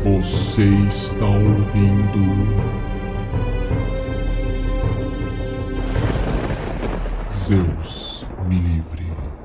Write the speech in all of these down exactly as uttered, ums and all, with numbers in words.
Você está ouvindo Zeus me livre.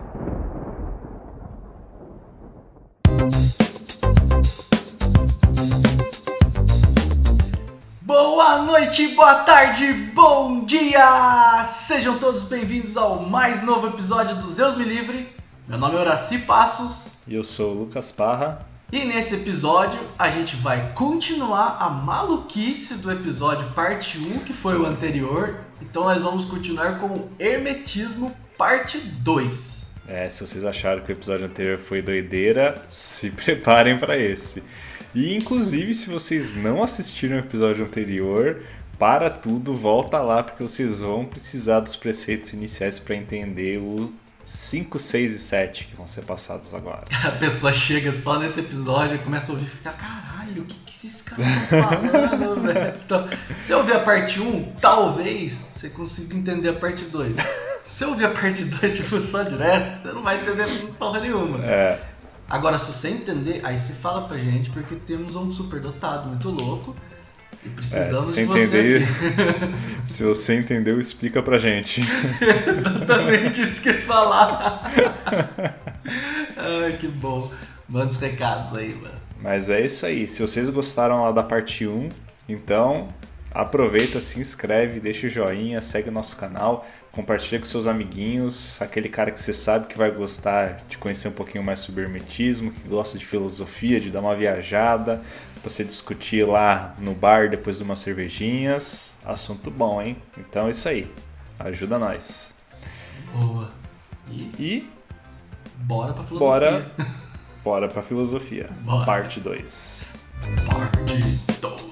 Boa noite, boa tarde, bom dia! Sejam todos bem-vindos ao mais novo episódio do Zeus me livre. Meu nome é Horaci Passos. E eu sou o Lucas Parra. E nesse episódio a gente vai continuar a maluquice do episódio parte um, que foi o anterior. Então nós vamos continuar com o Hermetismo parte dois. É, se vocês acharam que o episódio anterior foi doideira, se preparem para esse. E inclusive, se vocês não assistiram o episódio anterior, para tudo, volta lá, porque vocês vão precisar dos preceitos iniciais para entender o cinco, seis e sete que vão ser passados agora. A pessoa chega só nesse episódio e começa a ouvir e fica, caralho, o que, que esses caras estão falando, velho? Então, se eu ouvir a parte um, talvez você consiga entender a parte dois. Se eu ouvir a parte dois, tipo, só direto, você não vai entender porra nenhuma. É. Agora, se você entender, aí você fala pra gente, porque temos um superdotado muito louco e precisamos é, se de entender, você aqui. Se você entendeu, explica pra gente. Exatamente isso que eu ia falar. Ai, que bom. Manda os recados aí, mano. Mas é isso aí. Se vocês gostaram lá da parte um, então aproveita, se inscreve, deixa o joinha, segue o nosso canal, compartilha com seus amiguinhos, aquele cara que você sabe que vai gostar de conhecer um pouquinho mais sobre hermetismo, que gosta de filosofia, de dar uma viajada, pra você discutir lá no bar depois de umas cervejinhas. Assunto bom, hein? Então é isso aí. Ajuda nós. Boa. E, e bora pra filosofia. Bora, bora pra filosofia. Bora. Parte dois. Parte dois.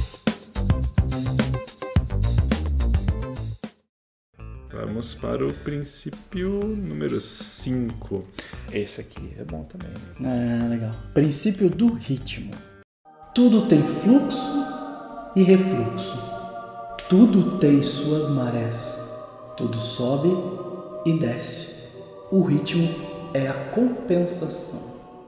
Vamos para o princípio número cinco. Esse aqui é bom também. Ah, legal. Princípio do ritmo. Tudo tem fluxo e refluxo. Tudo tem suas marés. Tudo sobe e desce. O ritmo é a compensação.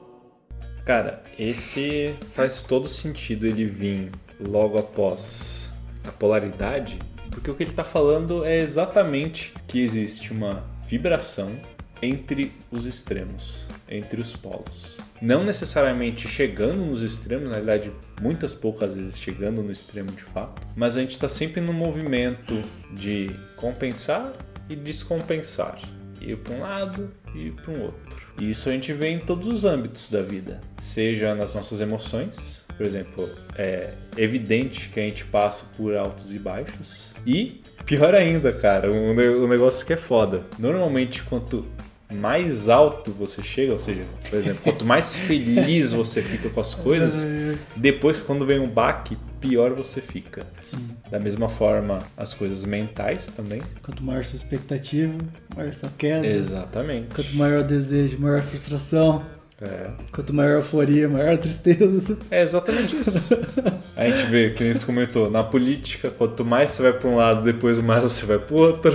Cara, esse faz todo sentido ele vir logo após a polaridade, porque o que ele está falando é exatamente que existe uma vibração entre os extremos, entre os polos. Não necessariamente chegando nos extremos, na realidade, muitas poucas vezes chegando no extremo de fato, mas a gente está sempre no movimento de compensar e descompensar, ir para um lado e ir para um outro. E isso a gente vê em todos os âmbitos da vida, seja nas nossas emoções. Por exemplo, é evidente que a gente passa por altos e baixos. E, pior ainda, cara, um negócio que é foda. Normalmente, quanto mais alto você chega, ou seja, por exemplo, quanto mais feliz você fica com as coisas, depois, quando vem um baque, pior você fica. Sim. Da mesma forma, as coisas mentais também. Quanto maior sua expectativa, maior sua queda. Exatamente. Quanto maior o desejo, maior a frustração. É. Quanto maior a euforia, maior a tristeza. É exatamente isso. A gente vê, que nem você comentou, na política, quanto mais você vai para um lado, depois mais você vai para o outro.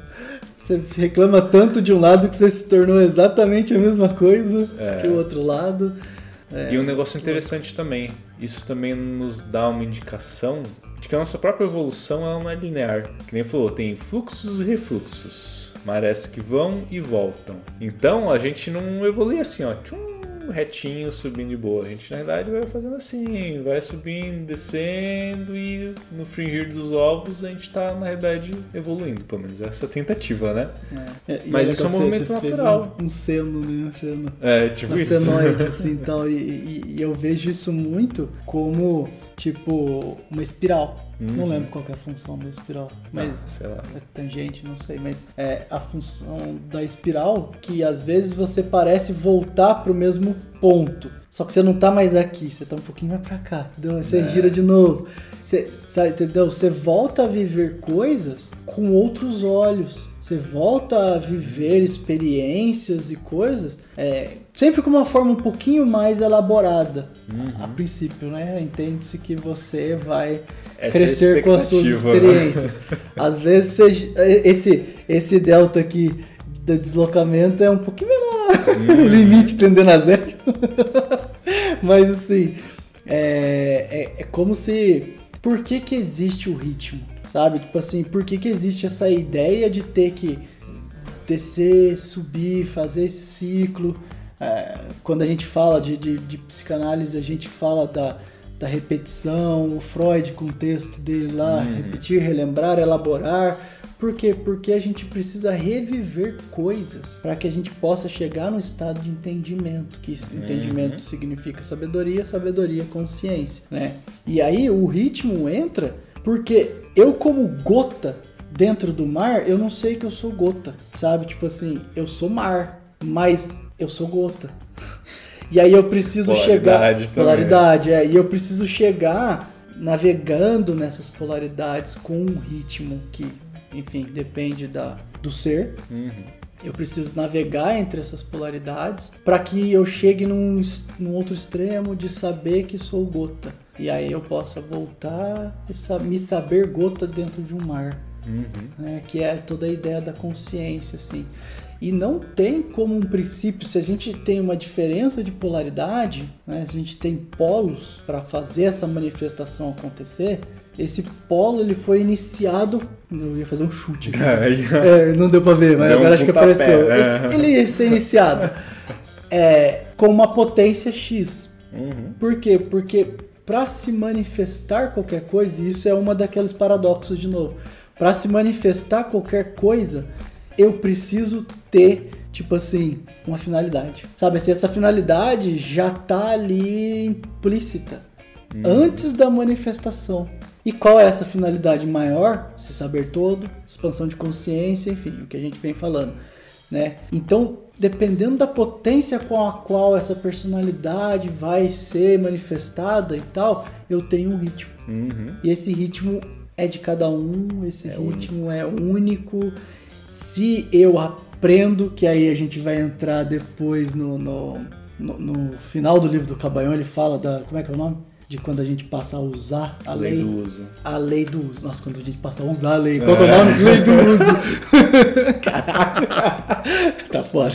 Você reclama tanto de um lado que você se tornou exatamente a mesma coisa é. que o outro lado. É. E um negócio interessante também, isso também nos dá uma indicação de que a nossa própria evolução ela não é linear. Que nem falou, tem fluxos e refluxos. Marés que vão e voltam. Então a gente não evolui assim, ó, tchum, retinho, subindo de boa. A gente na verdade vai fazendo assim, vai subindo, descendo e no fringir dos ovos a gente tá na verdade evoluindo, pelo menos essa tentativa, né? É. Mas isso é um movimento natural. Um, um seno, né? Um seno, é, tipo uma isso. senoide, assim, tal, e, e, e eu vejo isso muito como, tipo, uma espiral. Uhum. Não lembro qual que é a função da espiral, mas ah, sei lá. É tangente, não sei, mas é a função da espiral que às vezes você parece voltar pro mesmo ponto, só que você não tá mais aqui, você tá um pouquinho mais pra cá, entendeu? Você é. gira de novo, você, sabe, entendeu? Você volta a viver coisas com outros olhos, você volta a viver experiências e coisas é, sempre com uma forma um pouquinho mais elaborada, uhum. a, a princípio, né? Entende-se que você vai Essa crescer é com as suas experiências. Às vezes você, esse, esse delta aqui do deslocamento é um pouquinho menor, hum. o limite tendendo a zero. Mas assim, É, é, é como se... Por que que existe o ritmo? Sabe? Tipo assim, por que que existe essa ideia de ter que descer, subir, fazer esse ciclo? É, quando a gente fala de, de, de psicanálise, a gente fala da, da repetição, o Freud com o texto dele lá, uhum. repetir, relembrar, elaborar. Por quê? Porque a gente precisa reviver coisas para que a gente possa chegar no estado de entendimento, que esse entendimento uhum. significa sabedoria, sabedoria, consciência, né? E aí o ritmo entra porque eu, como gota dentro do mar, eu não sei que eu sou gota, sabe? Tipo assim, eu sou mar, mas eu sou gota. E aí eu preciso polaridade chegar... Também. Polaridade, é. E eu preciso chegar navegando nessas polaridades com um ritmo que... Enfim, depende da, do ser. Uhum. Eu preciso navegar entre essas polaridades para que eu chegue num, num outro extremo de saber que sou gota. E aí eu possa voltar e me saber gota dentro de um mar. Uhum. Né? Que é toda a ideia da consciência, assim. E não tem como um princípio, se a gente tem uma diferença de polaridade, né? Se a gente tem polos para fazer essa manifestação acontecer, esse polo ele foi iniciado, eu ia fazer um chute aqui, é, não deu para ver, mas deu agora um acho que apareceu. É. Esse, ele ia ser iniciado é, com uma potência X. Uhum. Por quê? Porque para se manifestar qualquer coisa, e isso é uma daqueles paradoxos de novo, para se manifestar qualquer coisa, eu preciso ter, tipo assim, uma finalidade. Sabe assim, essa finalidade já tá ali implícita, hum. antes da manifestação. E qual é essa finalidade maior? Se saber todo, expansão de consciência, enfim, o que a gente vem falando, né? Então, dependendo da potência com a qual essa personalidade vai ser manifestada e tal, eu tenho um ritmo. Uhum. E esse ritmo é de cada um, esse é ritmo único. é único. Se eu aprendo, que aí a gente vai entrar depois no, no, no, no final do livro do Cabanhão, ele fala da... Como é que é o nome? De quando a gente passa a usar a lei. Lei do uso. A lei do uso. Nossa, quando a gente passa a usar a lei. Qual é, é o nome? Lei do uso. Caraca. Tá foda.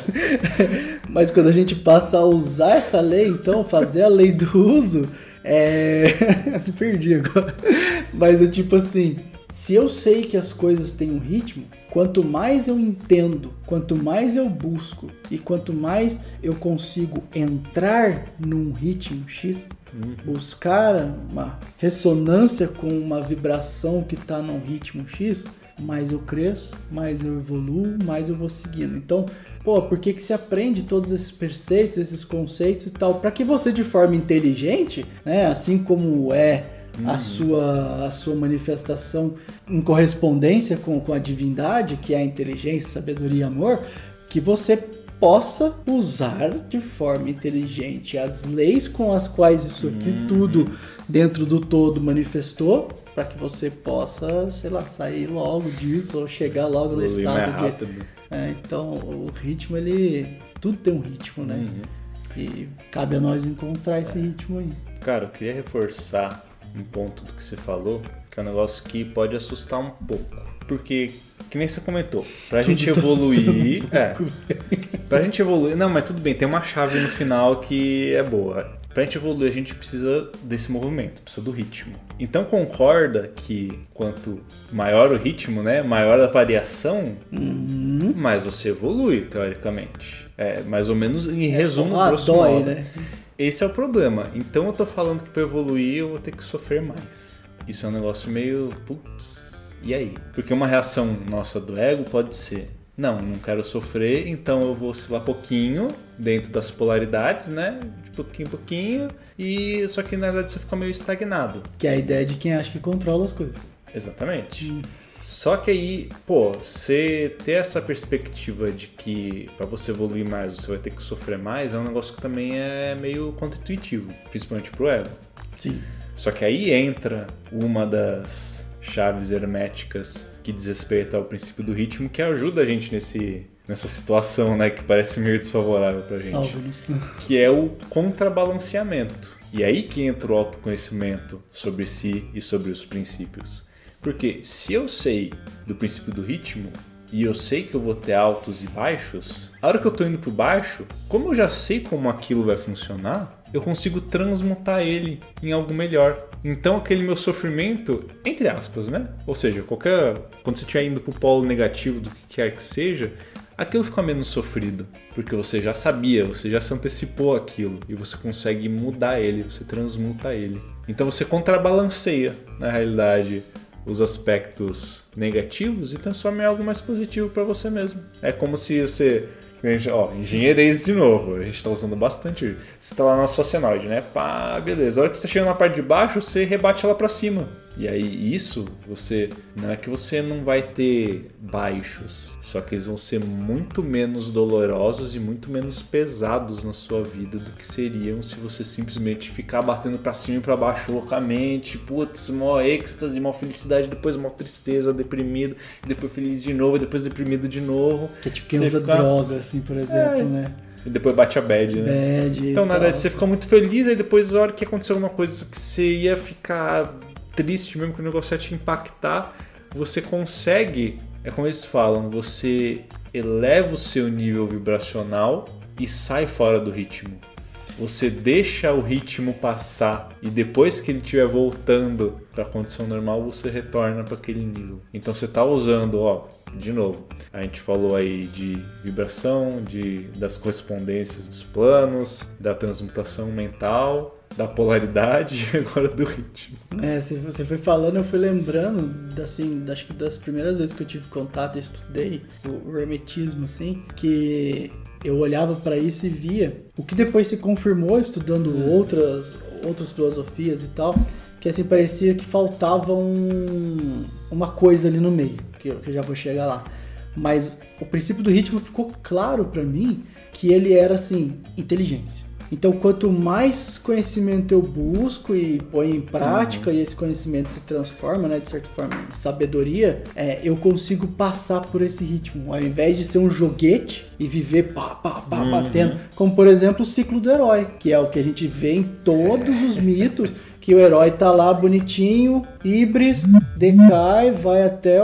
Mas quando a gente passa a usar essa lei, então, fazer a lei do uso, é... Me perdi agora. Mas é tipo assim... Se eu sei que as coisas têm um ritmo, quanto mais eu entendo, quanto mais eu busco e quanto mais eu consigo entrar num ritmo X, uhum. buscar uma ressonância com uma vibração que está num ritmo X, mais eu cresço, mais eu evoluo, mais eu vou seguindo. Então, pô, por que que se aprende todos esses preceitos, esses conceitos e tal? Para que você, de forma inteligente, né, assim como é Uhum. A, sua, a sua manifestação em correspondência com, com a divindade, que é a inteligência, sabedoria e amor, que você possa usar de forma inteligente as leis com as quais isso aqui uhum. tudo dentro do todo manifestou, para que você possa, sei lá, sair logo disso ou chegar logo no estado de... É, então, o ritmo, ele... Tudo tem um ritmo, né? Uhum. E cabe a nós encontrar esse é. ritmo aí. Cara, eu queria reforçar um ponto do que você falou, que é um negócio que pode assustar um pouco. Porque, que nem você comentou, pra tudo gente evoluir... Um é, pra gente evoluir... Não, mas tudo bem, tem uma chave no final que é boa. Pra gente evoluir, a gente precisa desse movimento, precisa do ritmo. Então concorda que quanto maior o ritmo, né, maior a variação, uhum. mais você evolui, teoricamente. É, mais ou menos, em resumo, é, grosso dói, modo. Né? Esse é o problema. Então eu tô falando que pra evoluir eu vou ter que sofrer mais. Isso é um negócio meio... Putz, e aí? Porque uma reação nossa do ego pode ser... Não, não quero sofrer, então eu vou oscilar pouquinho dentro das polaridades, né? De pouquinho em pouquinho. E só que na verdade você fica meio estagnado. Que é a ideia de quem acha que controla as coisas. Exatamente. Hum. Só que aí, pô, você ter essa perspectiva de que pra você evoluir mais você vai ter que sofrer mais é um negócio que também é meio contra-intuitivo, principalmente pro ego. Sim. Só que aí entra uma das chaves herméticas que diz respeito ao princípio do ritmo, que ajuda a gente nesse, nessa situação, né, que parece meio desfavorável pra gente. Salve-nos. Que é o contrabalanceamento. E aí que entra o autoconhecimento sobre si e sobre os princípios. Porque se eu sei do princípio do ritmo e eu sei que eu vou ter altos e baixos, a hora que eu tô indo pro baixo, como eu já sei como aquilo vai funcionar, eu consigo transmutar ele em algo melhor. Então aquele meu sofrimento, entre aspas, né? Ou seja, qualquer quando você estiver indo pro polo negativo do que quer que seja, aquilo fica menos sofrido, porque você já sabia, você já se antecipou aquilo e você consegue mudar ele, você transmuta ele. Então você contrabalanceia, na realidade, os aspectos negativos e transforma em algo mais positivo para você mesmo. É como se você... Ó, engenheirês de novo, a gente tá usando bastante. Você tá lá na socienoide, né? Pá, beleza. A hora que você tá chegando na parte de baixo, você rebate ela pra cima. E aí isso, você... Não é que você não vai ter baixos, só que eles vão ser muito menos dolorosos e muito menos pesados na sua vida do que seriam se você simplesmente ficar batendo pra cima e pra baixo loucamente. Putz, mó êxtase, mó felicidade, depois mó tristeza, deprimido, depois feliz de novo, depois deprimido de novo. Que é tipo quem você usa fica... droga, assim, por exemplo, é. né? E depois bate a bad, né? Bad então, na tal. verdade, você fica muito feliz, aí depois, na hora que aconteceu alguma coisa que você ia ficar triste mesmo, que o negócio ia te impactar, você consegue, é como eles falam, você eleva o seu nível vibracional e sai fora do ritmo. Você deixa o ritmo passar e depois que ele estiver voltando para a condição normal, você retorna para aquele nível. Então você está usando, ó, de novo, a gente falou aí de vibração, de, das correspondências dos planos, da transmutação mental, da polaridade e agora do ritmo. É, se você foi falando, eu fui lembrando, assim, acho que das primeiras vezes que eu tive contato e estudei o hermetismo, assim, que eu olhava para isso e via o que depois se confirmou estudando hum. outras, outras filosofias e tal, que assim parecia que faltava um, uma coisa ali no meio, que eu, que eu já vou chegar lá. Mas o princípio do ritmo ficou claro para mim que ele era assim, inteligência. Então, quanto mais conhecimento eu busco e ponho em prática, uhum. e esse conhecimento se transforma, né, de certa forma, em sabedoria, é, eu consigo passar por esse ritmo. Ao invés de ser um joguete e viver pá, pá, pá, uhum. batendo. Como, por exemplo, o ciclo do herói, que é o que a gente vê em todos os mitos, que o herói tá lá bonitinho, híbris, decai, vai até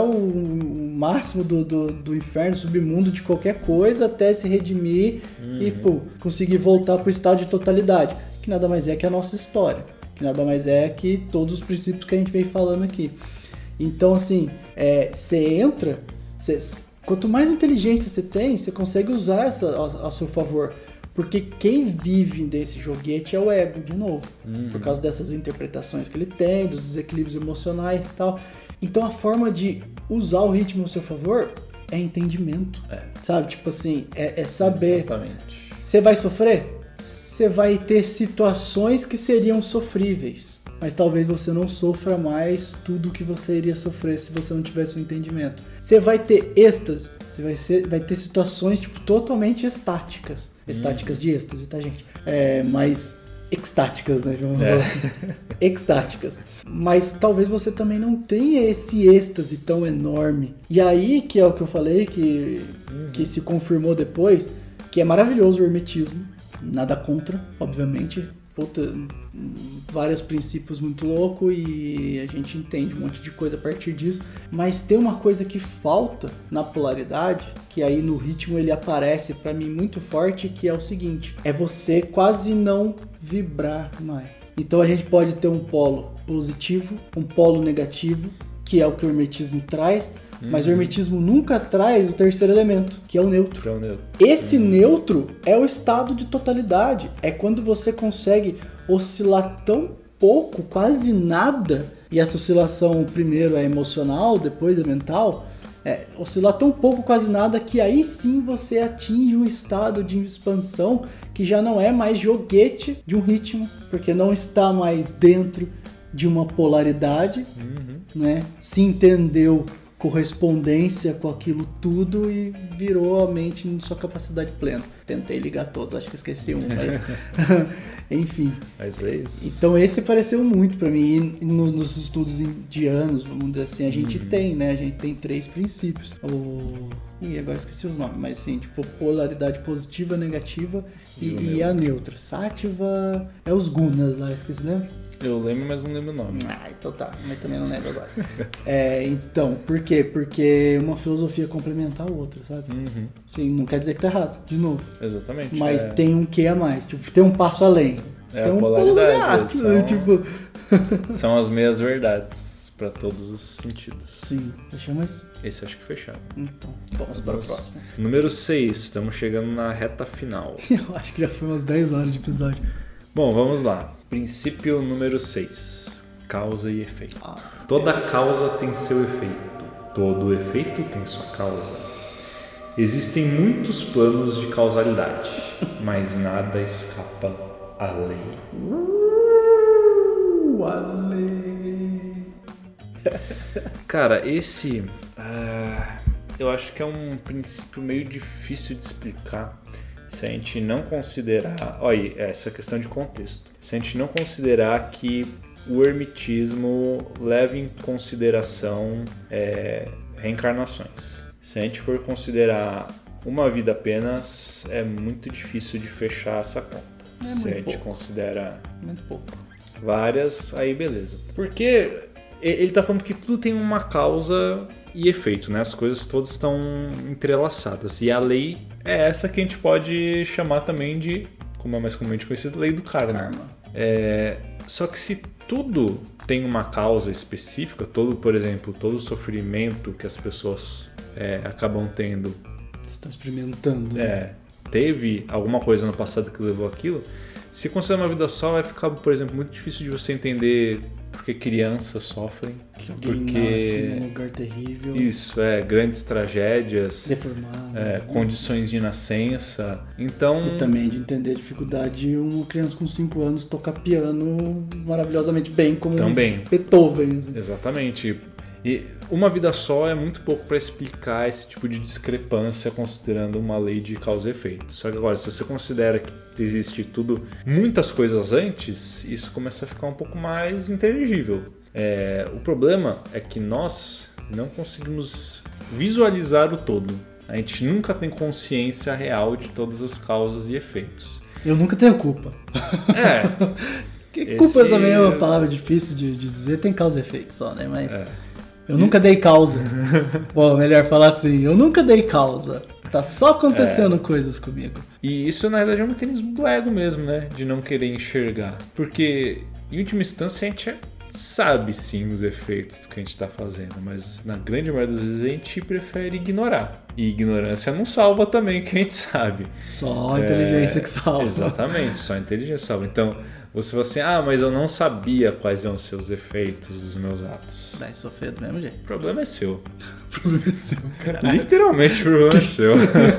o máximo do, do, do inferno, submundo de qualquer coisa, até se redimir uhum. e pô, conseguir voltar pro estado de totalidade, que nada mais é que a nossa história, que nada mais é que todos os princípios que a gente vem falando aqui. Então, assim, você é, entra, cê, quanto mais inteligência você tem, você consegue usar essa a, a seu favor. Porque quem vive desse joguete é o ego, de novo. Uhum. Por causa dessas interpretações que ele tem, dos desequilíbrios emocionais e tal. Então a forma de usar o ritmo a seu favor é entendimento. É. Sabe? Tipo assim, é, é saber. Exatamente. Você vai sofrer? Você vai ter situações que seriam sofríveis. Mas talvez você não sofra mais tudo o que você iria sofrer se você não tivesse um entendimento. Você vai ter êxtase. Você vai, ser, vai ter situações tipo, totalmente estáticas. Estáticas hum. de êxtase, tá, gente? É, mas extáticas, né? Vamos é. Extáticas. Mas talvez você também não tenha esse êxtase tão enorme. E aí, que é o que eu falei, que, uhum. que se confirmou depois, que é maravilhoso o hermetismo. Nada contra, obviamente. Puta, vários princípios muito loucos e a gente entende um monte de coisa a partir disso, mas tem uma coisa que falta na polaridade, que aí no ritmo ele aparece pra mim muito forte, que é o seguinte, é você quase não vibrar mais. Então a gente pode ter um polo positivo, um polo negativo, que é o que o hermetismo traz, mas o hermetismo nunca traz o terceiro elemento, que é o neutro. Que é o neutro. Esse uhum. neutro é o estado de totalidade. É quando você consegue oscilar tão pouco, quase nada, e essa oscilação primeiro é emocional, depois é mental, é, oscilar tão pouco, quase nada, que aí sim você atinge um estado de expansão que já não é mais joguete de um ritmo, porque não está mais dentro de uma polaridade, uhum. né? Se entendeu correspondência com aquilo tudo e virou a mente em sua capacidade plena. Tentei ligar todos, acho que esqueci um, mas enfim. Mas é isso. Então esse pareceu muito pra mim. E nos, nos estudos indianos, vamos dizer assim, a gente uhum. tem, né? A gente tem três princípios. O... Ih, agora esqueci os nomes, mas sim, tipo, polaridade positiva, negativa e, e, e a neutra. Sattva é os gunas lá, esqueci, lembra? Eu lembro, mas não lembro o nome. Ah, então tá, mas também não lembro agora. é, então, por quê? Porque uma filosofia complementa a outra, sabe? Uhum. Sim, não quer dizer que tá errado, de novo. Exatamente. Mas é... tem um quê a mais, tipo, tem um passo além. É tem a um pulo do polaridade. gato, São, tipo... são as meias verdades pra todos os sentidos. Sim, fechou mais? Esse acho que fechado. Então, vamos para o Vamos- próximo. Número seis, estamos chegando na reta final. Eu acho que já foi umas dez horas de episódio. Bom, vamos lá. Princípio número seis. Causa e efeito. Ah, Toda causa tem seu efeito. Todo efeito tem sua causa. Existem muitos planos de causalidade, mas nada escapa à lei. uh, Ale. Cara, esse ah, eu acho que é um princípio meio difícil de explicar se a gente não considerar, olha, essa questão de contexto. Se a gente não considerar que o hermetismo leva em consideração é, reencarnações. Se a gente for considerar uma vida apenas, é muito difícil de fechar essa conta. É Se muito a gente pouco. considera Muito pouco. várias, aí beleza. Porque ele tá falando que tudo tem uma causa e efeito, né? As coisas todas estão entrelaçadas. E a lei é essa que a gente pode chamar também de, como é mais comumente conhecido, lei do karma. Karma. É, só que se tudo tem uma causa específica, todo, por exemplo, todo o sofrimento que as pessoas é, acabam tendo Estão experimentando. né? é, teve alguma coisa no passado que levou aquilo, se considerar uma vida só, vai ficar, por exemplo, muito difícil de você entender porque crianças sofrem, Que alguém porque nasce num lugar terrível, isso é grandes tragédias, deformado. é, né? condições de nascença. Então, E também de entender a dificuldade de uma criança com cinco anos tocar piano maravilhosamente bem, como Também. Beethoven. assim. exatamente. E uma vida só é muito pouco para explicar esse tipo de discrepância considerando uma lei de causa e efeito. Só que agora, se você considera que existe tudo, muitas coisas antes, isso começa a ficar um pouco mais inteligível. É, o problema é que nós não conseguimos visualizar o todo. A gente nunca tem consciência real de todas as causas e efeitos. Eu nunca tenho culpa. É, Que Esse- culpa também é uma palavra difícil de, de dizer, tem causa e efeito só, né? Mas É. eu nunca dei causa. Bom, melhor falar assim, eu nunca dei causa. Tá só acontecendo coisas comigo. E isso na verdade é um mecanismo do ego mesmo, né? De não querer enxergar. Porque, em última instância, a gente sabe sim os efeitos que a gente tá fazendo, mas na grande maioria das vezes a gente prefere ignorar. E ignorância não salva também, que a gente sabe. Só a inteligência É, que salva. Exatamente, só a inteligência salva. Então, você fala assim, ah, mas eu não sabia quais iam ser os efeitos dos meus atos. Vai sofrer do mesmo jeito. O problema é seu. Problema é seu, cara. Literalmente o problema é seu.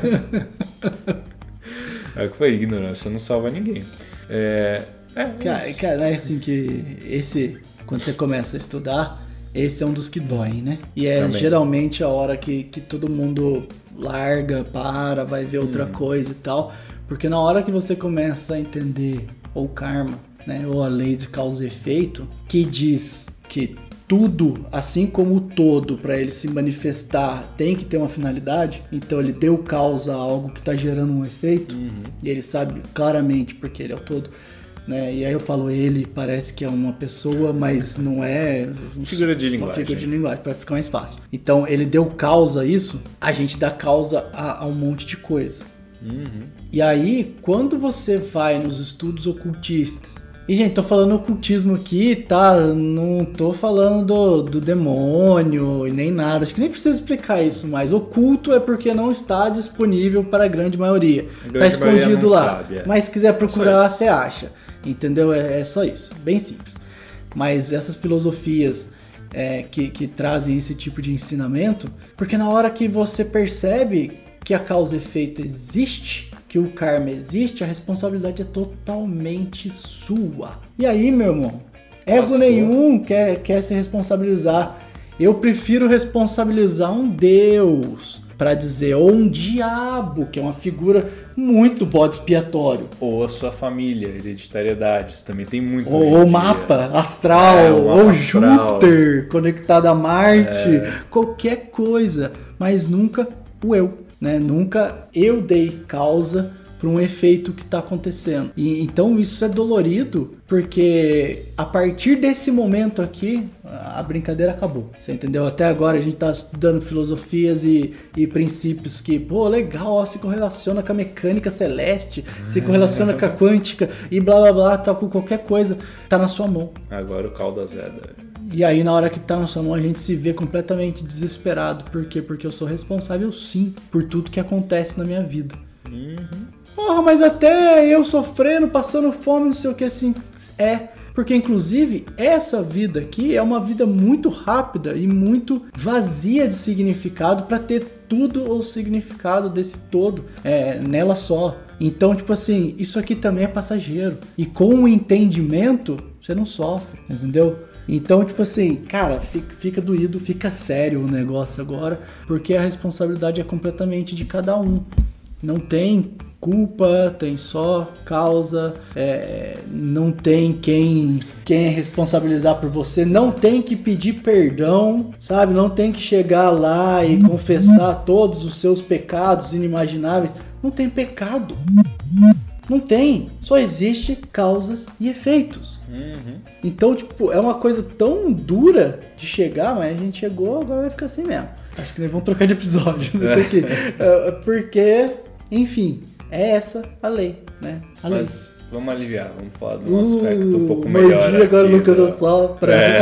É o que foi, ignorância não salva ninguém. É, é, Cara, isso. cara, é assim que esse, quando você começa a estudar, esse é um dos que doem, né? E é Também. geralmente a hora que, que todo mundo larga, para, vai ver outra Uhum. coisa e tal. Porque na hora que você começa a entender ou karma, né? Ou a lei de causa e efeito, que diz que tudo, assim como o todo, para ele se manifestar, tem que ter uma finalidade. Então ele deu causa a algo que está gerando um efeito. Uhum. E ele sabe claramente porque ele é o todo. Né? E aí eu falo ele, parece que é uma pessoa, mas não é Figura de uma linguagem. figura de linguagem, para ficar mais fácil. Então ele deu causa a isso, a gente dá causa a, a um monte de coisa. Uhum. E aí, quando você vai nos estudos ocultistas, e gente, tô falando ocultismo aqui, tá? Não tô falando do, do demônio e nem nada, acho que nem precisa explicar isso, mas oculto é porque não está disponível para a grande maioria. A grande Tá escondido maioria não lá, sabe, é. mas se quiser procurar, isso. você acha. Entendeu? É, é só isso, bem simples. Mas essas filosofias é, que, que trazem esse tipo de ensinamento, porque na hora que você percebe que a causa e efeito existe, que o karma existe, a responsabilidade é totalmente sua. E aí, meu irmão, ego Lascou. nenhum quer, quer se responsabilizar. Eu prefiro responsabilizar um Deus, para dizer, ou um diabo, que é uma figura muito bode expiatório. Ou a sua família, hereditariedade, isso também tem muito. Ou hoje em o dia. mapa astral, É, o mapa ou astral. Júpiter conectado a Marte, É. qualquer coisa, mas nunca o eu, né? Nunca eu dei causa para um efeito que está acontecendo. E então isso é dolorido porque a partir desse momento aqui a brincadeira acabou. Você entendeu? Até agora a gente está estudando filosofias e, e princípios que, pô, legal, ó, se correlaciona com a mecânica celeste, se correlaciona com a quântica e blá blá blá, tal, com qualquer coisa, tá na sua mão. Agora o caldo azeda. E aí na hora que tá na sua mão a gente se vê completamente desesperado. Por quê? Porque eu sou responsável sim por tudo que acontece na minha vida. Uhum. Porra, mas até eu sofrendo, passando fome, não sei o que assim. É, porque inclusive essa vida aqui é uma vida muito rápida e muito vazia de significado para ter tudo o significado desse todo é, nela só. Então, tipo assim, isso aqui também é passageiro. E com o entendimento, você não sofre, entendeu? Então, tipo assim, cara, fica, fica doído, fica sério o negócio agora, porque a responsabilidade é completamente de cada um. Não tem culpa, tem só causa, é, não tem quem, quem responsabilizar por você, não tem que pedir perdão, sabe? Não tem que chegar lá e confessar todos os seus pecados inimagináveis. Não tem pecado. Não tem. Só existe causas e efeitos. Uhum. Então, tipo, é uma coisa tão dura de chegar, mas a gente chegou, agora vai ficar assim mesmo. Acho que nós vamos trocar de episódio, não sei o que. Porque, enfim, é essa a lei, né? A lei. Mas vamos aliviar, vamos falar de um Uh, aspecto um pouco mordi, melhor. agora o aqui, Lucas da- assopra. É.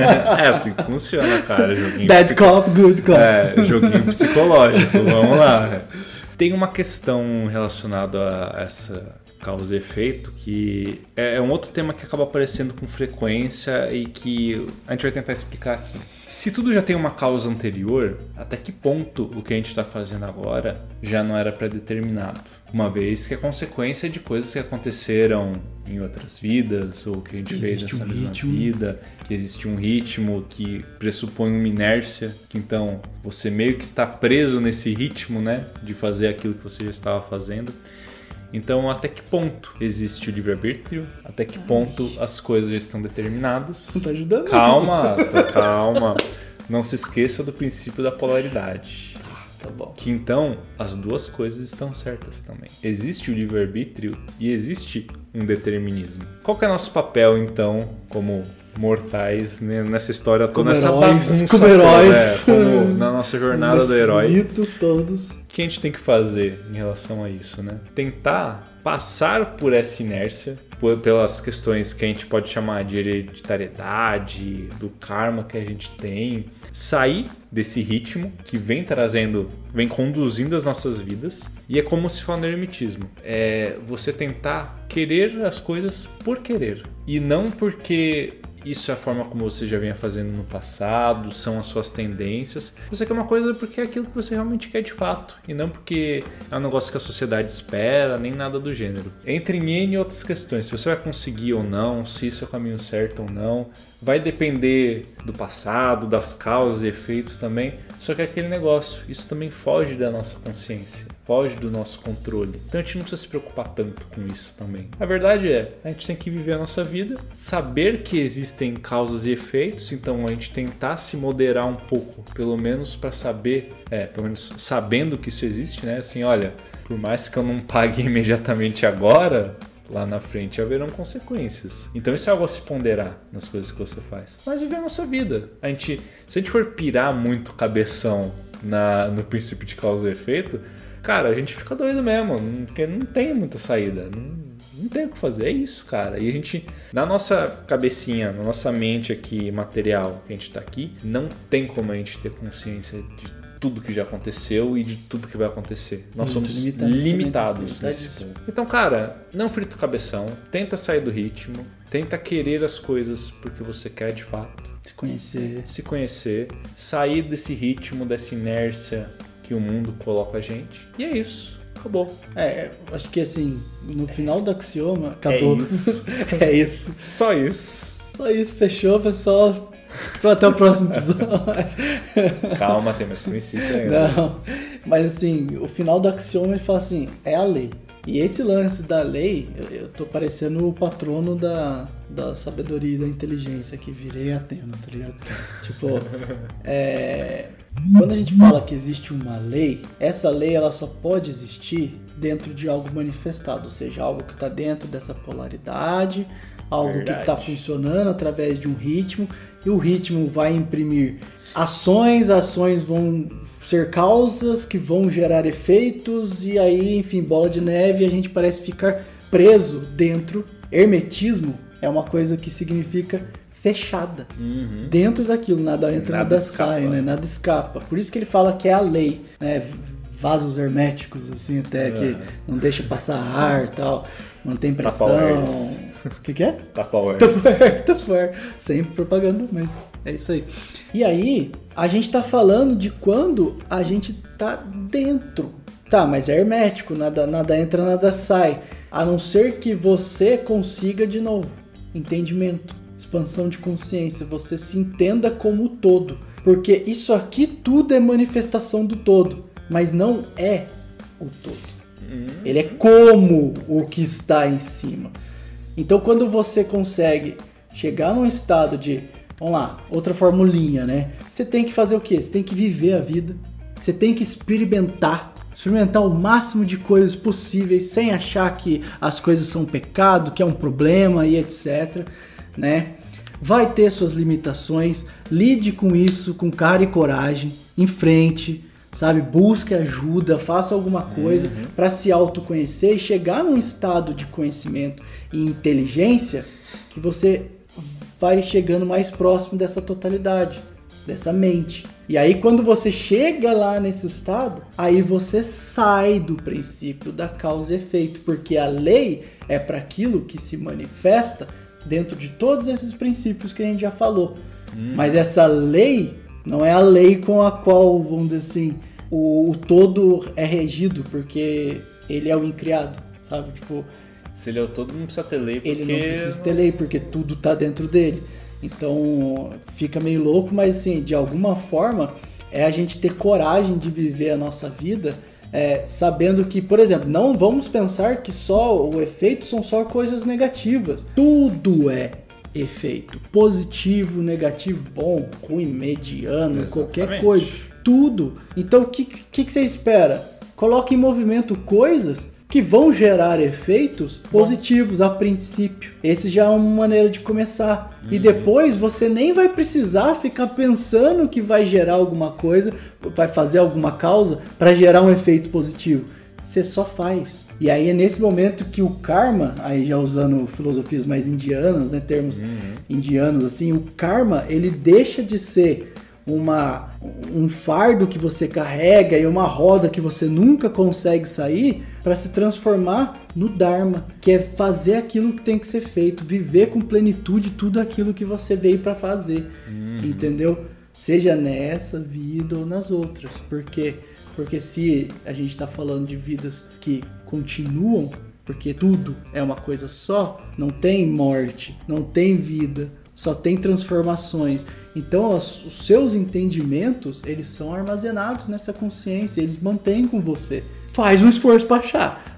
É assim que funciona, cara. Joguinho Bad psico- cop, good cop. É, joguinho psicológico, vamos lá. Tem uma questão relacionada a essa causa e efeito que é um outro tema que acaba aparecendo com frequência e que a gente vai tentar explicar aqui. Se tudo já tem uma causa anterior, até que ponto o que a gente está fazendo agora já não era pré-determinado? Uma vez que é consequência de coisas que aconteceram em outras vidas ou que a gente Que fez existe nessa um mesma ritmo. vida, que existe um ritmo que pressupõe uma inércia, que então você meio que está preso nesse ritmo, né, de fazer aquilo que você já estava fazendo. Então, até que ponto existe o livre-arbítrio? Até que ponto as coisas já estão determinadas? Não tá ajudando? Calma, tá, calma. Não se esqueça do princípio da polaridade. Tá bom. Que então as duas coisas estão certas também. Existe o livre-arbítrio e existe um determinismo. Qual que é o nosso papel então como mortais né, nessa história toda, Como nessa heróis, bagunça como toda, heróis. é, como na nossa jornada do Nesses herói? mitos todos. O que a gente tem que fazer em relação a isso, né? Tentar passar por essa inércia, por, pelas questões que a gente pode chamar de hereditariedade, do karma que a gente tem, sair desse ritmo que vem trazendo, vem conduzindo as nossas vidas, e é como se fala no eremitismo. É você tentar querer as coisas por querer, e não porque isso é a forma como você já vinha fazendo no passado, são as suas tendências. Você quer uma coisa porque é aquilo que você realmente quer de fato, e não porque é um negócio que a sociedade espera, nem nada do gênero. Entre em N outras questões, se você vai conseguir ou não, se isso é o caminho certo ou não, vai depender do passado, das causas e efeitos também, só que é aquele negócio, isso também foge da nossa consciência, foge do nosso controle. Então a gente não precisa se preocupar tanto com isso também. A verdade é, a gente tem que viver a nossa vida, saber que existem causas e efeitos, então a gente tentar se moderar um pouco, pelo menos para saber, é, pelo menos sabendo que isso existe, né? Assim, olha, por mais que eu não pague imediatamente agora, lá na frente haverão consequências. Então isso é algo a se ponderar nas coisas que você faz. Mas viver a nossa vida. A gente, se a gente for pirar muito cabeção na, no princípio de causa e efeito, cara, a gente fica doido mesmo, porque não tem muita saída, não, não tem o que fazer, é isso, cara. E a gente, na nossa cabecinha, na nossa mente aqui, material, que a gente tá aqui, não tem como a gente ter consciência de tudo que já aconteceu e de tudo que vai acontecer. Nós Muito somos limitado, limitados também, nesse verdade. ponto. Então, cara, não frita o cabeção, tenta sair do ritmo, tenta querer as coisas porque você quer de fato, Se conhecer. se conhecer, sair desse ritmo, dessa inércia que o mundo coloca a gente. E é isso. Acabou. É, acho que assim, no final do axioma, acabou. É isso. É isso. Só isso. Só isso, fechou, pessoal. Até o próximo episódio. Calma, tem mais princípio ainda. Não, mas assim, o final do axioma ele fala assim, é a lei. E esse lance da lei, eu, eu tô parecendo o patrono da, da sabedoria e da inteligência que virei Atena, tá ligado? Tipo, é, quando a gente fala que existe uma lei, essa lei ela só pode existir dentro de algo manifestado, ou seja, algo que está dentro dessa polaridade, algo Verdade. que está funcionando através de um ritmo, e o ritmo vai imprimir ações, ações vão ser causas que vão gerar efeitos, e aí, enfim, bola de neve, e a gente parece ficar preso dentro. Hermetismo é uma coisa que significa fechada. Uhum. Dentro daquilo, nada entra, Nada nada, escapa. sai, né? Nada escapa. Por isso que ele fala que é a lei, né? Vasos herméticos, assim, até que É. não deixa passar ar e tal, mantém pressão. Tupperwares. O que que é? Tupperwares. Tupperware, Tupperware. Sempre propaganda, mas é isso aí. E aí, a gente tá falando de quando a gente tá dentro. Tá, mas é hermético, nada, nada entra, nada sai. A não ser que você consiga, de novo, entendimento, expansão de consciência, você se entenda como o todo. Porque isso aqui tudo é manifestação do todo, mas não é o todo. Hum. Ele é como o que está em cima. Então, quando você consegue chegar num estado de, vamos lá, outra formulinha, né? Você tem que fazer o quê? Você tem que viver a vida. Você tem que experimentar. Experimentar o máximo de coisas possíveis, sem achar que as coisas são pecado, que é um problema e etc, né? Vai ter suas limitações, lide com isso com cara e coragem, em frente, sabe? Busque ajuda, faça alguma coisa Uhum. para se autoconhecer e chegar num estado de conhecimento e inteligência que você vai chegando mais próximo dessa totalidade, dessa mente. E aí quando você chega lá nesse estado, aí você sai do princípio da causa e efeito, porque a lei é para aquilo que se manifesta dentro de todos esses princípios que a gente já falou. Hum. Mas essa lei não é a lei com a qual, vamos dizer assim, o, o todo é regido, porque ele é o incriado, sabe? Tipo, Se ele é o todo, não precisa ter lei, porque... ele não precisa ter lei, porque tudo tá dentro dele. Então fica meio louco, mas assim, de alguma forma é a gente ter coragem de viver a nossa vida, é, sabendo que, por exemplo, não vamos pensar que só o efeito são só coisas negativas. Tudo é efeito, positivo, negativo, bom, ruim, mediano, Exatamente. qualquer coisa, tudo. Então o que, que, que você espera? Coloque em movimento coisas que vão gerar efeitos positivos a princípio. Esse já é uma maneira de começar. Uhum. E depois você nem vai precisar ficar pensando que vai gerar alguma coisa, vai fazer alguma causa para gerar um efeito positivo. Você só faz. E aí é nesse momento que o karma, aí já usando filosofias mais indianas, né, termos Uhum. indianos assim, o karma, ele deixa de ser uma, um fardo que você carrega e uma roda que você nunca consegue sair para se transformar no Dharma, que é fazer aquilo que tem que ser feito, viver com plenitude tudo aquilo que você veio para fazer, Uhum. entendeu? Seja nessa vida ou nas outras. Por quê? Porque se a gente está falando de vidas que continuam, porque tudo é uma coisa só, não tem morte, não tem vida, só tem transformações. Então os, os seus entendimentos, eles são armazenados nessa consciência, eles mantêm com você. Faz um esforço para achar.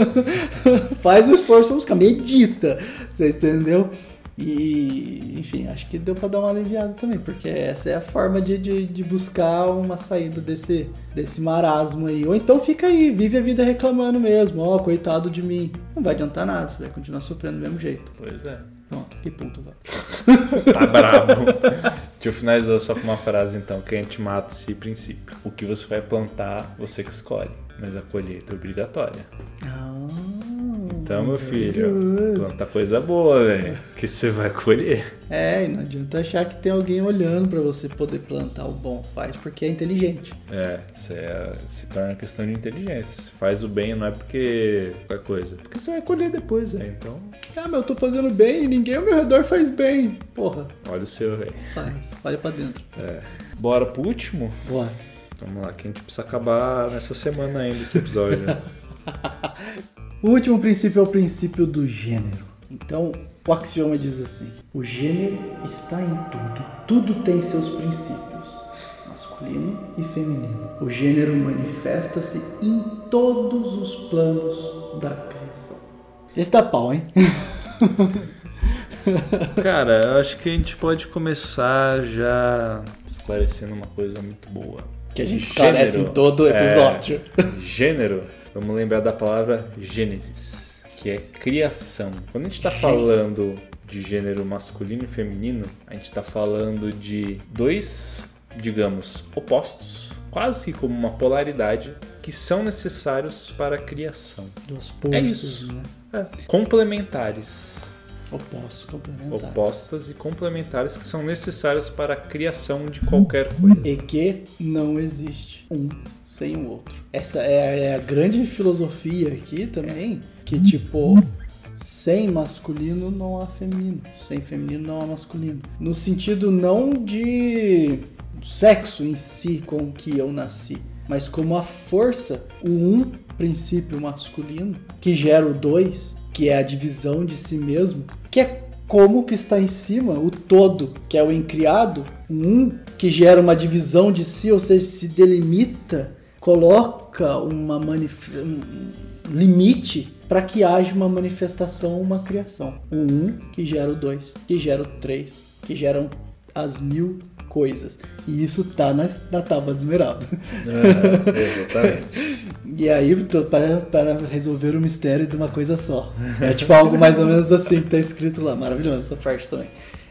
Faz um esforço para buscar, medita, você entendeu? E, enfim, acho que deu para dar uma aliviada também, porque essa é a forma de, de, de buscar uma saída desse, desse marasmo aí. Ou então fica aí, vive a vida reclamando mesmo, ó, oh, coitado de mim. Não vai adiantar nada, você vai continuar sofrendo do mesmo jeito. Pois é. Pronto, que puto agora. Tá bravo. Deixa eu finalizar só com uma frase então, que a gente mata esse princípio. O que você vai plantar, você que escolhe, mas a colheita é obrigatória. Ah, Então, meu very filho, good. planta coisa boa, velho, que você vai colher. É, e não adianta achar que tem alguém olhando pra você poder plantar o bom. Faz porque é inteligente. É, isso é, se torna questão de inteligência. Faz o bem não é porque qualquer coisa, porque você vai colher depois, velho. Então, Ah, mas eu tô fazendo bem e ninguém ao meu redor faz bem. Porra, olha o seu, velho. faz. Olha pra dentro. É. Bora pro último? Bora. Vamos lá, que a gente precisa acabar nessa semana ainda esse episódio. O último princípio é o princípio do gênero. Então, o axioma diz assim: o gênero está em tudo. Tudo tem seus princípios, masculino e feminino. O gênero manifesta-se em todos os planos da criação. Esse dá pau, hein? Cara, eu acho que a gente pode começar já esclarecendo uma coisa muito boa. Que a gente esclarece em todo episódio. É, gênero, vamos lembrar da palavra Gênesis, que é criação. Quando a gente está falando de gênero masculino e feminino, a gente está falando de dois, digamos, opostos, quase que como uma polaridade, que são necessários para a criação. Duas forças, é isso. Né? É. Complementares. Opostos, complementares. Opostas e complementares que são necessárias para a criação de qualquer coisa. E que não existe um sem o outro. Essa é, é a grande filosofia aqui também, que tipo, sem masculino não há feminino, sem feminino não há masculino. No sentido não de sexo em si com o que eu nasci, mas como a força, o um princípio masculino, que gera o dois, que é a divisão de si mesmo, que é como que está em cima, o todo, que é o incriado, o um, que gera uma divisão de si, ou seja, se delimita, coloca uma manif- um limite para que haja uma manifestação, uma criação. O um que gera o dois, que gera o três, que geram as mil coisas. E isso tá na, na tábua de esmeralda. Ah, exatamente. E aí, para, para resolver o mistério de uma coisa só. É tipo algo mais ou menos assim que tá escrito lá. Maravilhoso essa parte também.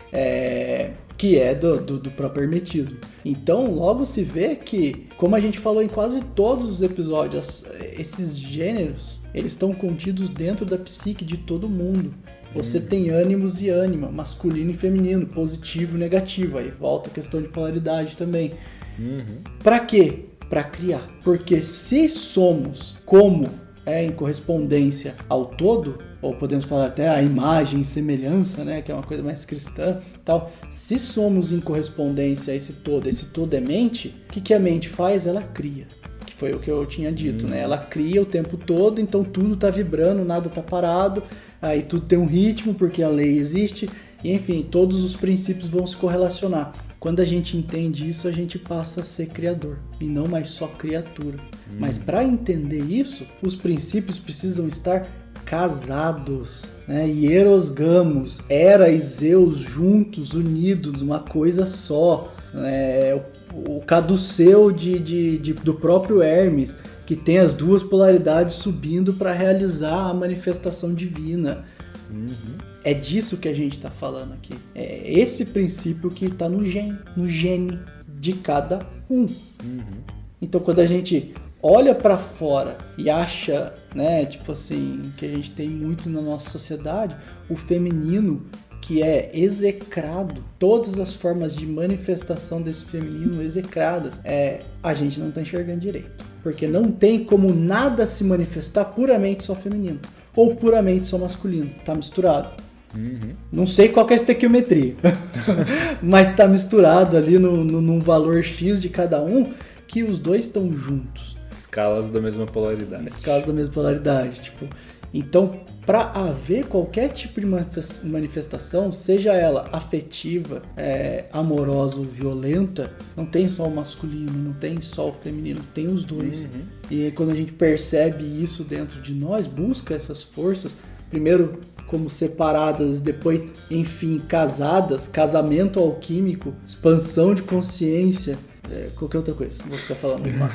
É, que é do, do, do próprio hermetismo. Então, logo se vê que, como a gente falou em quase todos os episódios, esses gêneros, eles estão contidos dentro da psique de todo mundo. Você tem ânimos e ânima, masculino e feminino, positivo e negativo. Aí volta a questão de polaridade também. Uhum. Pra quê? Pra criar. Porque se somos como é, em correspondência ao todo, ou podemos falar até a imagem e semelhança, né, que é uma coisa mais cristã, tal. Se somos em correspondência a esse todo, esse todo é mente, o que, que a mente faz? Ela cria. Que foi o que eu tinha dito, uhum. né? Ela cria o tempo todo, então tudo tá vibrando, nada tá parado. Aí tudo tem um ritmo, porque a lei existe, e enfim, todos os princípios vão se correlacionar. Quando a gente entende isso, a gente passa a ser criador, e não mais só criatura. Hum. Mas para entender isso, os princípios precisam estar casados, né? Hieros gamos, Hera e Zeus juntos, unidos, uma coisa só. É, o, o caduceu de, de, de, do próprio Hermes, que tem as duas polaridades subindo para realizar a manifestação divina. Uhum. É disso que a gente está falando aqui. É esse princípio que está no gene, no gene de cada um. Uhum. Então, quando a gente olha para fora e acha, né, tipo assim, que a gente tem muito na nossa sociedade, o feminino que é execrado, todas as formas de manifestação desse feminino execradas, é, a gente não está enxergando direito. Porque não tem como nada se manifestar puramente só feminino. Ou puramente só masculino. Tá misturado. Uhum. Não sei qual que é a estequiometria. Mas tá misturado ali no, no, num valor X de cada um, que os dois estão juntos. Escalas da mesma polaridade. Escalas da mesma polaridade. Tipo, então, para haver qualquer tipo de manifestação, seja ela afetiva, é, amorosa ou violenta, não tem só o masculino, não tem só o feminino, tem os dois. Uhum. E aí, quando a gente percebe isso dentro de nós, busca essas forças, primeiro como separadas, depois, enfim, casadas, casamento alquímico, expansão de consciência, é, qualquer outra coisa, não vou ficar falando mais.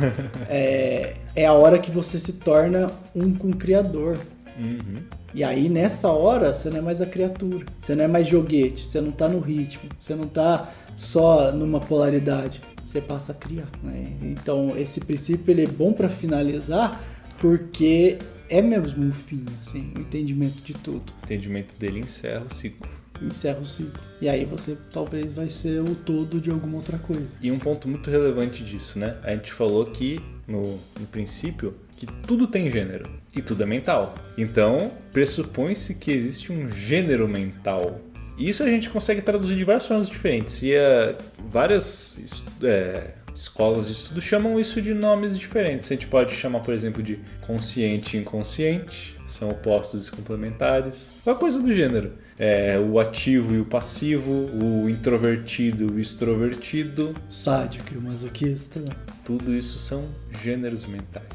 É, é a hora que você se torna um com o Criador. Uhum. E aí nessa hora você não é mais a criatura, você não é mais joguete, você não tá no ritmo, você não tá só numa polaridade, você passa a criar, né? Então esse princípio ele é bom para finalizar porque é mesmo um fim, assim, o entendimento de tudo. O entendimento dele encerra o ciclo. Encerra o ciclo. E aí você talvez vai ser o todo de alguma outra coisa. E um ponto muito relevante disso, né? A gente falou que, no, no princípio, que tudo tem gênero e tudo é mental. Então, pressupõe-se que existe um gênero mental. E isso a gente consegue traduzir de várias formas diferentes. E uh, várias é, escolas de estudo chamam isso de nomes diferentes. A gente pode chamar, por exemplo, de consciente e inconsciente. São opostos e complementares. Qualquer coisa do gênero. É, o ativo e o passivo, o introvertido e o extrovertido. Sádico e o masoquista. Tudo isso são gêneros mentais.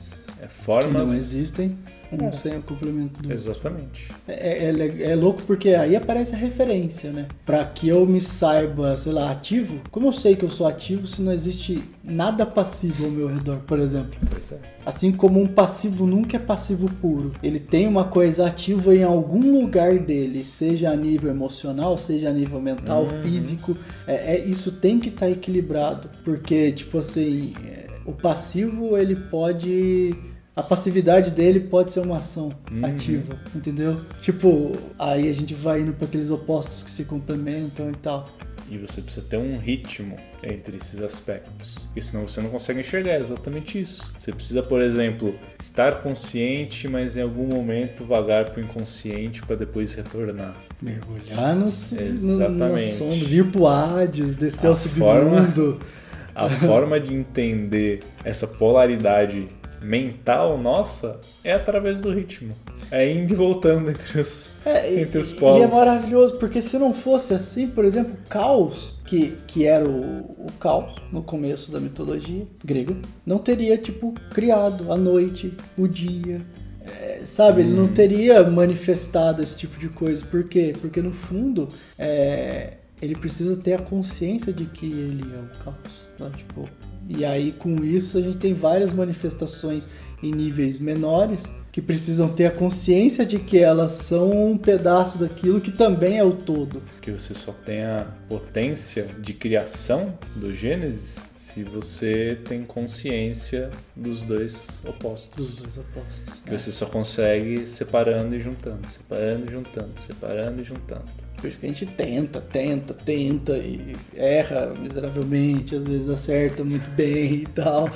É formas... que não existem, um É. sem o complemento do outro. Exatamente. É, é, é louco porque aí aparece a referência, né? Pra que eu me saiba, sei lá, ativo. Como eu sei que eu sou ativo se não existe nada passivo ao meu redor, por exemplo? Pois é. Assim como um passivo nunca é passivo puro. Ele tem uma coisa ativa em algum lugar dele, seja a nível emocional, seja a nível mental, Uhum. físico. É, é- isso tem que estar equilibrado. Porque, tipo assim, é, o passivo, ele pode... A passividade dele pode ser uma ação Uhum. ativa, entendeu? Tipo, aí a gente vai indo para aqueles opostos que se complementam e tal. E você precisa ter um ritmo entre esses aspectos, porque senão você não consegue enxergar exatamente isso. Você precisa, por exemplo, estar consciente, mas em algum momento vagar para o inconsciente para depois retornar. Mergulhar nos, no, Exatamente. nas sombras, ir pro Hades, descer A ao submundo. A forma de entender essa polaridade mental nossa é através do ritmo. É indo e voltando entre os, É, entre os e, polos. e é maravilhoso, porque se não fosse assim, por exemplo, o caos, que, que era o, o caos no começo da mitologia grega, não teria, tipo, criado a noite, o dia, é, sabe? Ele não teria manifestado esse tipo de coisa. Por quê? Porque, no fundo, é, ele precisa ter a consciência de que ele é o caos, sabe? Tipo, e aí, com isso, a gente tem várias manifestações em níveis menores que precisam ter a consciência de que elas são um pedaço daquilo que também é o todo. Que você só tem a potência de criação do Gênesis se você tem consciência dos dois opostos. Dos dois opostos. Que você só consegue separando e juntando, separando e juntando, separando e juntando. Por isso que a gente tenta, tenta, tenta e erra miseravelmente, às vezes acerta muito bem e tal.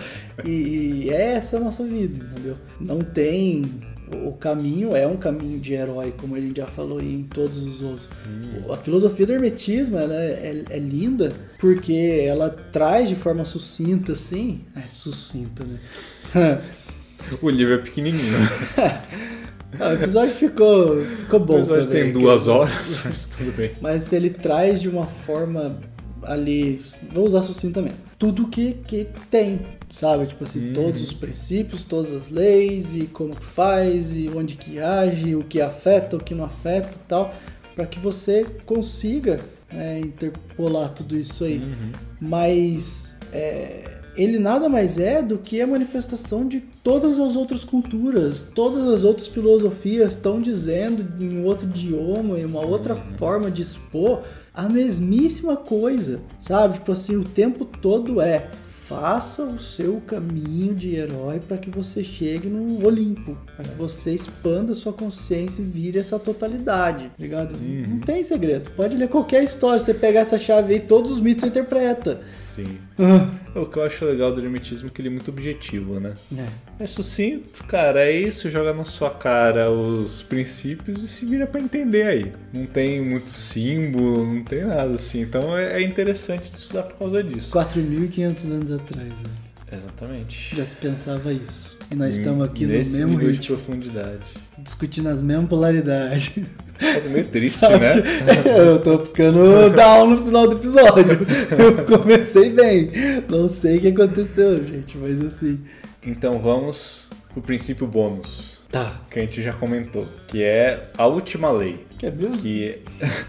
E é essa a nossa vida, entendeu? Não tem... O caminho é um caminho de herói, como a gente já falou em todos os outros. Hum. A filosofia do hermetismo ela é, é, é linda porque ela traz de forma sucinta, assim... É, sucinta, né? O livro é pequenininho. Ah, o episódio ficou, ficou bom. O episódio também, tem duas horas, mas tudo bem. Mas ele traz de uma forma ali, vou usar sucintamente, tudo que, que tem, sabe? Tipo assim, Hum. todos os princípios, todas as leis e como que faz e onde que age, o que afeta, o que não afeta e tal, para que você consiga é, interpolar tudo isso aí. Uhum. Mas é, ele nada mais é do que a manifestação de todas as outras culturas, todas as outras filosofias estão dizendo em outro idioma, em uma outra forma de expor a mesmíssima coisa, sabe? Tipo assim, o tempo todo é: faça o seu caminho de herói para que você chegue no Olimpo, para que você expanda sua consciência e vire essa totalidade, ligado? Uhum. Não tem segredo, pode ler qualquer história, você pegar essa chave aí, todos os mitos você interpreta. Sim. Ah. O que eu acho legal do hermetismo é que ele é muito objetivo, né? É. É sucinto, cara, é isso, joga na sua cara os princípios e se vira pra entender aí. Não tem muito símbolo, não tem nada assim, então é interessante de estudar por causa disso. quatro mil e quinhentos anos atrás, velho. Exatamente. Já se pensava isso. E nós estamos aqui Nesse no mesmo nível de ritmo, profundidade. discutindo as mesmas polaridades. É meio triste, Sabe? né? Eu tô ficando down no final do episódio. Eu comecei bem. Não sei o que aconteceu, gente, mas assim... Então vamos pro princípio bônus, Tá. que a gente já comentou, que é a última lei. Quer ver? Que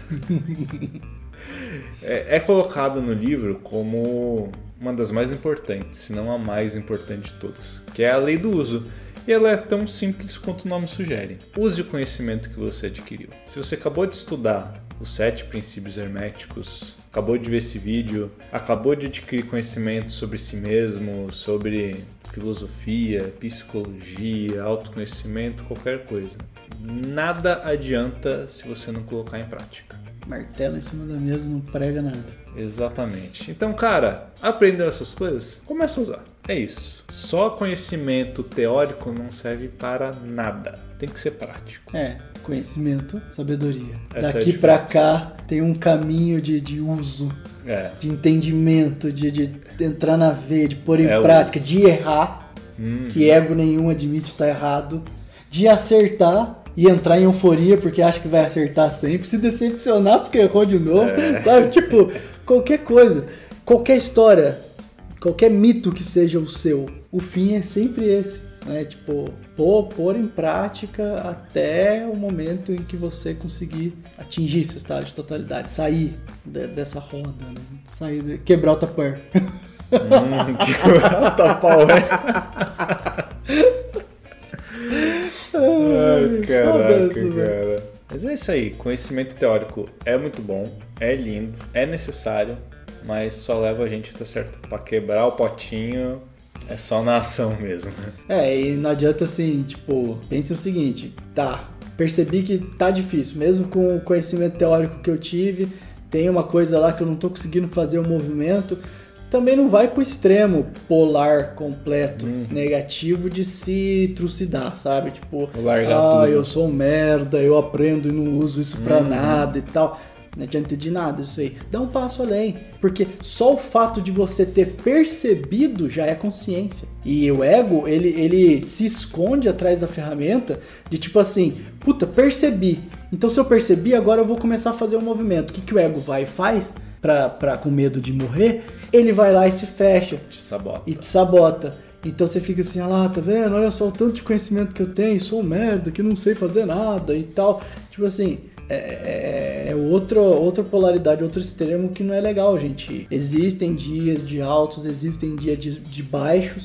é, é colocado no livro como uma das mais importantes, se não a mais importante de todas, que é a lei do uso. E ela é tão simples quanto o nome sugere. Use o conhecimento que você adquiriu. Se você acabou de estudar os sete princípios herméticos, acabou de ver esse vídeo, acabou de adquirir conhecimento sobre si mesmo, sobre filosofia, psicologia, autoconhecimento, qualquer coisa, nada adianta se você não colocar em prática. Martelo em cima da mesa não prega nada. Exatamente. Então, cara, aprendeu essas coisas? Começa a usar. É isso. Só conhecimento teórico não serve para nada. Tem que ser prático. É, conhecimento, sabedoria. Essa Daqui é a pra diferença. cá tem um caminho de, de uso, É. de entendimento, de, de entrar na veia, de pôr em É o prática, uso. de errar, Hum. que ego nenhum admite estar errado, de acertar e entrar em euforia porque acha que vai acertar sempre, se decepcionar porque errou de novo, É. sabe? Tipo, qualquer coisa, qualquer história, qualquer mito que seja o seu, o fim é sempre esse. né? Tipo, pôr, pôr em prática até o momento em que você conseguir atingir esse estado de totalidade, sair de, dessa roda, né? Sair de, quebrar o Tupperware. Hum, quebrar o Tupperware. Ai, caraca, cara. Mas é isso aí, conhecimento teórico é muito bom, é lindo, é necessário, mas só leva a gente até certo. Pra quebrar o potinho é só na ação mesmo. É, e não adianta assim, tipo, pense o seguinte, tá, percebi que tá difícil, mesmo com o conhecimento teórico que eu tive, tem uma coisa lá que eu não tô conseguindo fazer o movimento, também não vai pro extremo polar completo, hum. negativo de se trucidar, sabe? Tipo, largar ah, tudo. Eu sou um merda, eu aprendo e não uso isso pra hum. nada e tal. Não adianta de nada isso aí. Dá um passo além, porque só o fato de você ter percebido já é consciência. E o ego, ele, ele se esconde atrás da ferramenta de tipo assim, puta, percebi. Então se eu percebi, agora eu vou começar a fazer um movimento. O que, que o ego vai e faz pra, pra, com medo de morrer? Ele vai lá e se fecha. Te sabota. E te sabota. Então você fica assim, ah lá, tá vendo? Olha só o tanto de conhecimento que eu tenho, sou um merda, que não sei fazer nada e tal. Tipo assim, é, é, é outra, outra polaridade, outro extremo que não é legal, gente. Existem dias de altos, existem dias de, de baixos,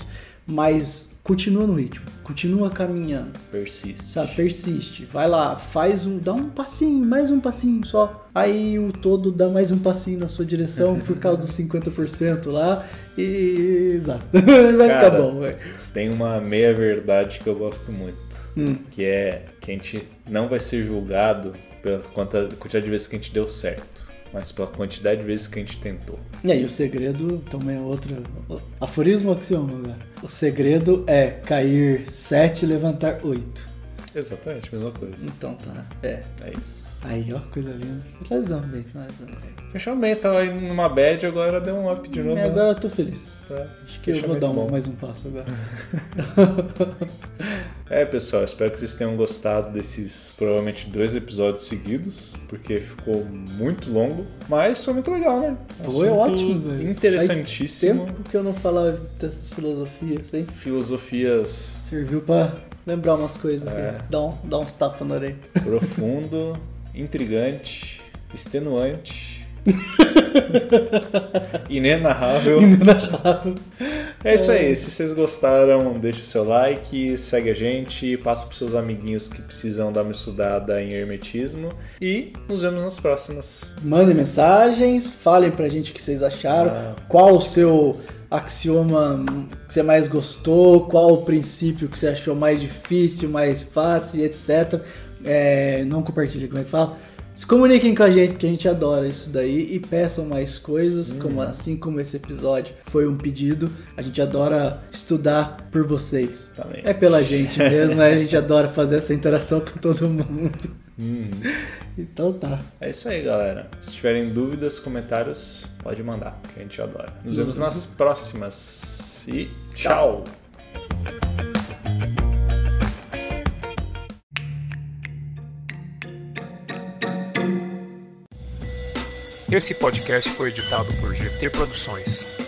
mas continua no ritmo, continua caminhando. Persiste. Sabe, persiste. Vai lá, faz um, dá um passinho, mais um passinho só. Aí o todo dá mais um passinho na sua direção por causa dos cinquenta por cento lá e... Exato. Vai Cara, ficar bom, velho. Tem uma meia-verdade que eu gosto muito, hum. que é que a gente não vai ser julgado pela quantidade de vezes que a gente deu certo, mas pela quantidade de vezes que a gente tentou. E aí o segredo também é outro... Aforismo ou axioma, velho? O segredo é cair sete e levantar oito. Exatamente, mesma coisa. Então tá, é. É isso. Aí, ó, coisa linda. Finalizando bem, finalizando bem. Fechou bem, tava indo numa bad, agora deu um up de novo. E agora eu tô feliz. Tá. Acho que eu vou dar um, mais um passo agora. É, pessoal, espero que vocês tenham gostado desses, provavelmente, dois episódios seguidos, porque ficou muito longo, mas foi muito legal, né? Foi Assunto ótimo, velho. Interessantíssimo. Faz tempo que eu não falava dessas filosofias, hein? Filosofias... Serviu pra lembrar umas coisas, é. Dar, um, dar uns tapas na orelha. Profundo, intrigante, extenuante... Inenarrável. Inenarrável. É isso aí, se vocês gostaram, deixa o seu like, segue a gente, passa pros seus amiguinhos que precisam dar uma estudada em hermetismo e nos vemos nas próximas. Mandem mensagens, falem pra gente o que vocês acharam, ah. qual o seu axioma que você mais gostou, qual o princípio que você achou mais difícil, mais fácil, etcétera. É, não compartilhe, como é que fala? Se comuniquem com a gente, que a gente adora isso daí, e peçam mais coisas, hum. como, assim como esse episódio foi um pedido. A gente adora estudar por vocês. Também. É pela gente mesmo, né? A gente adora fazer essa interação com todo mundo. Hum. Então tá. É isso aí, galera. Se tiverem dúvidas, comentários, pode mandar, que a gente adora. Nos vemos nas próximas. E tchau! Esse podcast foi editado por G T Produções.